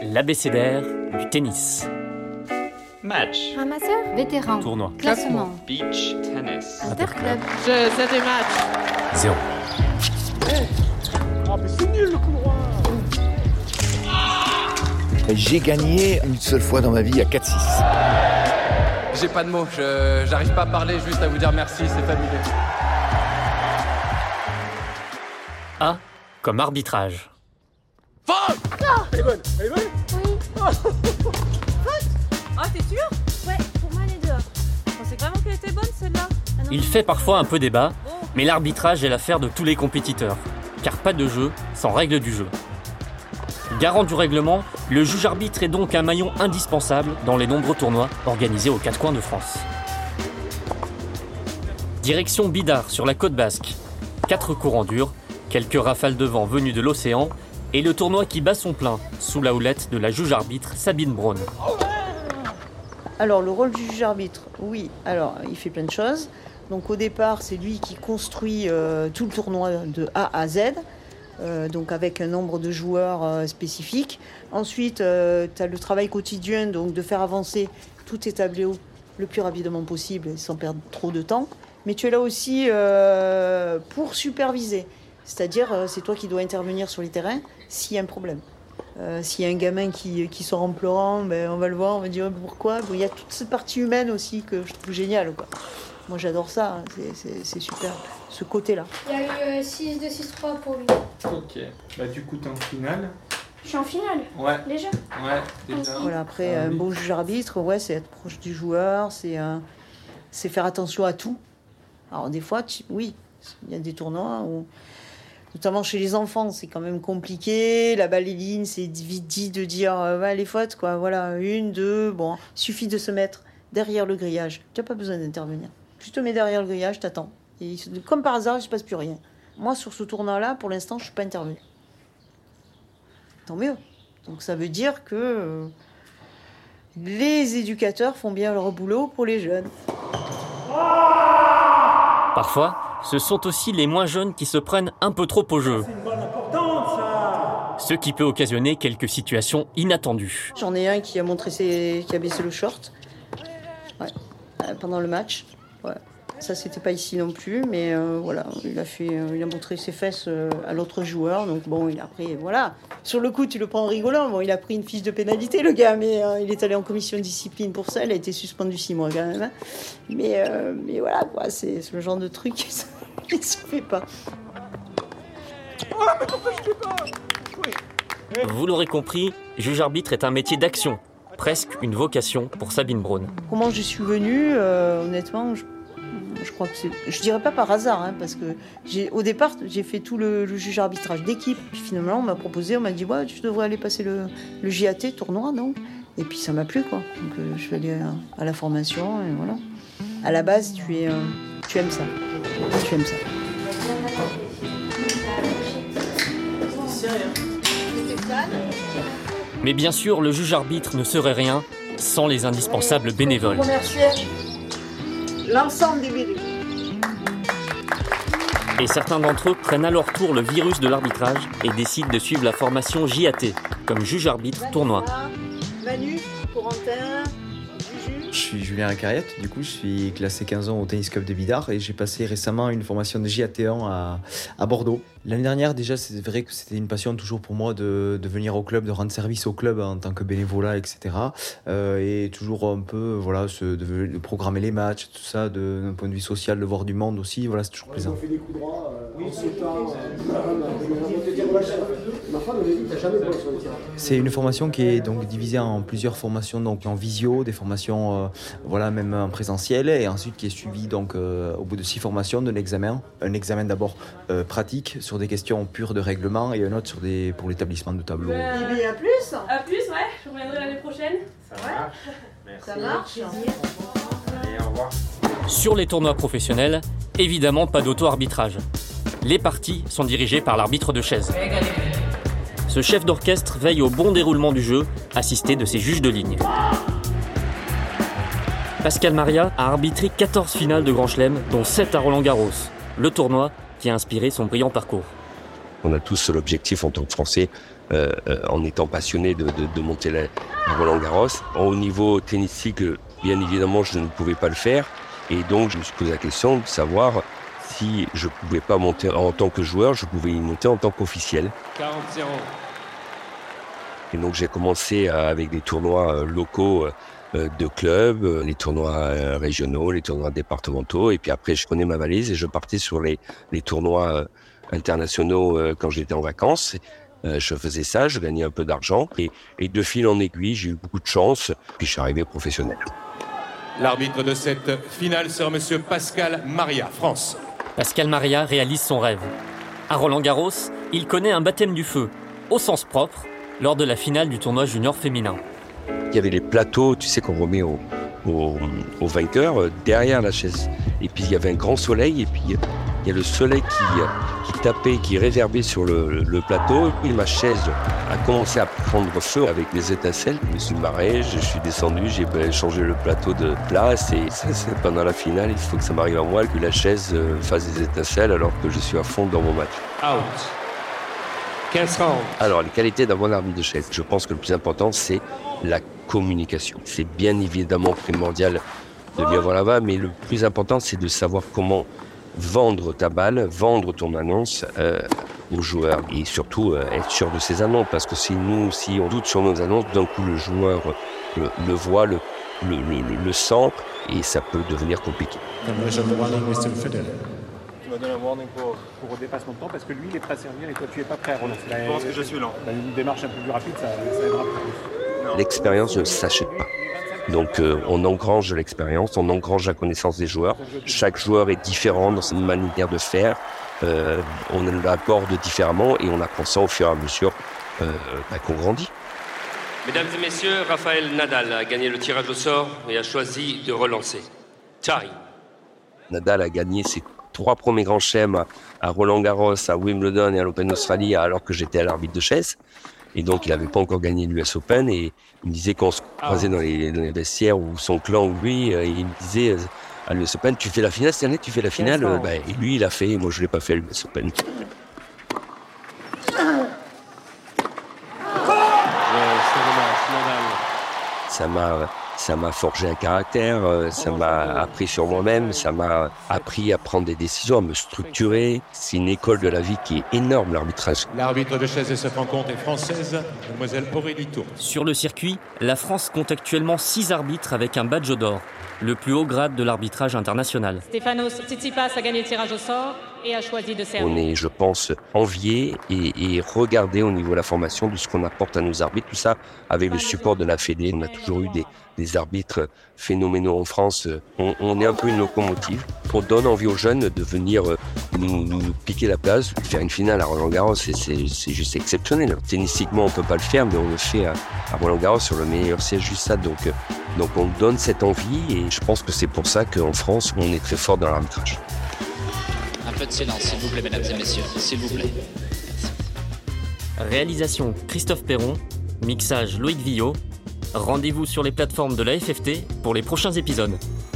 L'abécédaire du tennis. Match. Ramasseur. Vétéran. Tournoi. Classement. Beach tennis. Interclub. Jeu, c'était match. 0. J'ai gagné une seule fois dans ma vie à 4-6. J'ai pas de mots, j'arrive pas à parler, juste à vous dire merci, c'est fabuleux. A comme arbitrage. Elle est bonne. Oui. Ah, t'es sûr? Ouais, pour moi les deux. Je pensais vraiment qu'elle était bonne celle-là. Ah non, Il fait parfois un peu débat, mais l'arbitrage est l'affaire de tous les compétiteurs, car pas de jeu sans règle du jeu. Garant du règlement, le juge-arbitre est donc un maillon indispensable dans les nombreux tournois organisés aux quatre coins de France. Direction Bidart sur la côte basque. 4 courants durs, quelques rafales de vent venues de l'océan et le tournoi qui bat son plein sous la houlette de la juge-arbitre Sabine Braun. Alors, le rôle du juge-arbitre, oui, alors il fait plein de choses. Donc au départ, c'est lui qui construit tout le tournoi de A à Z, donc avec un nombre de joueurs spécifiques. Ensuite, tu as le travail quotidien, donc de faire avancer tous tes tableaux le plus rapidement possible sans perdre trop de temps. Mais tu es là aussi pour superviser, c'est-à-dire c'est toi qui dois intervenir sur les terrains s'il y a un problème. S'il y a un gamin qui sort en pleurant, ben, on va le voir, on va dire pourquoi. Bon, il y a toute cette partie humaine aussi que je trouve géniale, quoi. Moi j'adore ça, hein. C'est super, ce côté-là. Il y a eu 6-2, 6-3 pour lui. Ok. Bah du coup t'es en finale. Je suis en finale, Ouais. déjà. Ouais, déjà. Voilà, après, un bon juge-arbitre, ouais, c'est être proche du joueur, c'est faire attention à tout. Alors des fois, oui, il y a des tournois où, notamment chez les enfants, c'est quand même compliqué. La balle est ligne, c'est vite dit de dire les fautes, quoi. Voilà, 1, 2, bon, il suffit de se mettre derrière le grillage. Tu n'as pas besoin d'intervenir. Tu te mets derrière le grillage, t'attends. Et comme par hasard, il ne se passe plus rien. Moi, sur ce tournoi-là, pour l'instant, je ne suis pas intervenue. Tant mieux. Donc ça veut dire que les éducateurs font bien leur boulot pour les jeunes. Parfois, ce sont aussi les moins jeunes qui se prennent un peu trop au jeu. Ce qui peut occasionner quelques situations inattendues. J'en ai un qui a qui a baissé le short pendant le match. Ouais. Ça, c'était pas ici non plus, mais voilà, il a montré ses fesses à l'autre joueur. Donc bon, il a pris, voilà. Sur le coup, tu le prends en rigolant. Bon, il a pris une fiche de pénalité, le gars, mais il est allé en commission de discipline pour ça. Il a été suspendu 6 mois quand même. Hein. Mais voilà, quoi, c'est le genre de truc qui ne se fait pas. Vous l'aurez compris, juge-arbitre est un métier d'action, presque une vocation pour Sabine Braun. Comment je suis venue, honnêtement, je crois que je dirais pas par hasard, hein, parce que au départ, j'ai fait tout le juge-arbitrage d'équipe. Puis finalement, on m'a proposé, on m'a dit, tu devrais aller passer le JAT, tournoi, donc. Et puis ça m'a plu, quoi. Donc je suis allée à la formation, et voilà. À la base, tu aimes ça. Tu aimes ça. Mais bien sûr, le juge-arbitre ne serait rien sans les indispensables bénévoles. L'ensemble des bénévoles. Et certains d'entre eux prennent à leur tour le virus de l'arbitrage et décident de suivre la formation JAT, comme juge-arbitre tournoi. Manu, Corentin, Juju. Je suis Julien Acariette, du coup je suis classé 15 ans au Tennis Club de Bidart et j'ai passé récemment une formation de JAT1 à Bordeaux. L'année dernière déjà c'est vrai que c'était une passion toujours pour moi de venir au club, de rendre service au club en tant que bénévolat, etc. Et toujours un peu de programmer les matchs, tout ça, d'un point de vue social, de voir du monde aussi, voilà, c'est toujours plaisant. On fait des coups droits, on sautant, ma femme me dit t'as jamais de bol sur le terrain. C'est une formation qui est donc divisée en plusieurs formations, donc en visio, des formations même en présentiel, et ensuite qui est suivie donc au bout de 6 formations d'un examen. Un examen d'abord pratique sur des questions pures de règlement et un autre pour l'établissement de tableaux. À plus. À plus, ouais, je reviendrai l'année prochaine. Ça marche. Merci. Ça marche. Allez, au revoir. Sur les tournois professionnels, évidemment pas d'auto-arbitrage. Les parties sont dirigées par l'arbitre de chaise. Ce chef d'orchestre veille au bon déroulement du jeu, assisté de ses juges de ligne. Pascal Maria a arbitré 14 finales de Grand Chelem, dont 7 à Roland-Garros, le tournoi qui a inspiré son brillant parcours. On a tous l'objectif en tant que Français en étant passionné de monter à Roland-Garros. Au niveau tennistique, bien évidemment, je ne pouvais pas le faire. Et donc, je me suis posé la question de savoir si je ne pouvais pas monter en tant que joueur, je pouvais y monter en tant qu'officiel. 40-0. Et donc, j'ai commencé avec des tournois locaux de clubs, les tournois régionaux, les tournois départementaux. Et puis après, je prenais ma valise et je partais sur les tournois internationaux quand j'étais en vacances. Je faisais ça, je gagnais un peu d'argent. Et de fil en aiguille, j'ai eu beaucoup de chance. Puis je suis arrivé professionnel. L'arbitre de cette finale sera Monsieur Pascal Maria, France. Pascal Maria réalise son rêve. À Roland-Garros, il connaît un baptême du feu, au sens propre, lors de la finale du tournoi junior féminin. Il y avait les plateaux, tu sais, qu'on remet aux vainqueurs derrière la chaise. Et puis il y avait un grand soleil, et puis il y a le soleil qui tapait, qui réverbait sur le plateau. Et puis ma chaise a commencé à prendre feu avec des étincelles. Je me suis marré, je suis descendu, j'ai changé le plateau de place. Et ça, c'est pendant la finale, il faut que ça m'arrive à moi, que la chaise fasse des étincelles alors que je suis à fond dans mon match. Out. 15 rounds. Alors, les qualités d'un bon arbitre de chaise, je pense que le plus important, c'est la communication. C'est bien évidemment primordial de bien voir la balle, mais le plus important, c'est de savoir comment vendre ta balle, vendre ton annonce aux joueurs et surtout être sûr de ses annonces, parce que si on doute sur nos annonces, d'un coup le joueur le voit, le sent et ça peut devenir compliqué. Tu vas donner un warning pour dépassement de temps parce que lui il est prêt à servir et toi tu es pas prêt à relancer. Je pense que je suis lent. Une démarche un peu plus rapide, ça aidera plus. L'expérience ne s'achète pas. Donc on engrange l'expérience, on engrange la connaissance des joueurs. Chaque joueur est différent dans sa manière de faire. On l'aborde différemment et on apprend ça au fur et à mesure qu'on grandit. Mesdames et messieurs, Rafael Nadal a gagné le tirage au sort et a choisi de relancer. Time. Nadal a gagné ses 3 premiers grands chelems à Roland-Garros, à Wimbledon et à l'Open d'Australie alors que j'étais à l'arbitre de chaise. Et donc, il n'avait pas encore gagné l'US Open. Et il me disait qu'on se croisait dans les vestiaires ou son clan ou lui. Et il me disait à l'US Open, tu fais la finale cette année, tu fais la finale. Et lui, il a fait. Et moi, je ne l'ai pas fait à l'US Open. Ça m'a forgé un caractère, ça m'a appris sur moi-même, ça m'a appris à prendre des décisions, à me structurer. C'est une école de la vie qui est énorme, l'arbitrage. L'arbitre de chaise de cette rencontre est française, mademoiselle Aurélie Tour. Sur le circuit, la France compte actuellement 6 arbitres avec un badge d'or, le plus haut grade de l'arbitrage international. Stefanos Tsitsipas a gagné le tirage au sort et a choisi de servir. On est, je pense, envié et regardé au niveau de la formation de ce qu'on apporte à nos arbitres. Tout ça avec le support de la Fédé. On a toujours eu des arbitres phénoménaux en France. On est un peu une locomotive. On donne envie aux jeunes de venir nous piquer la place, faire une finale à Roland-Garros. C'est juste exceptionnel. Tennistiquement, on peut pas le faire, mais on le fait à Roland-Garros sur le meilleur siège du stade. Donc on donne cette envie et je pense que c'est pour ça qu'en France, on est très fort dans l'arbitrage. Un peu de silence, s'il vous plaît, mesdames et messieurs, s'il vous plaît. Réalisation Christophe Perron, mixage Loïc Villot. Rendez-vous sur les plateformes de la FFT pour les prochains épisodes.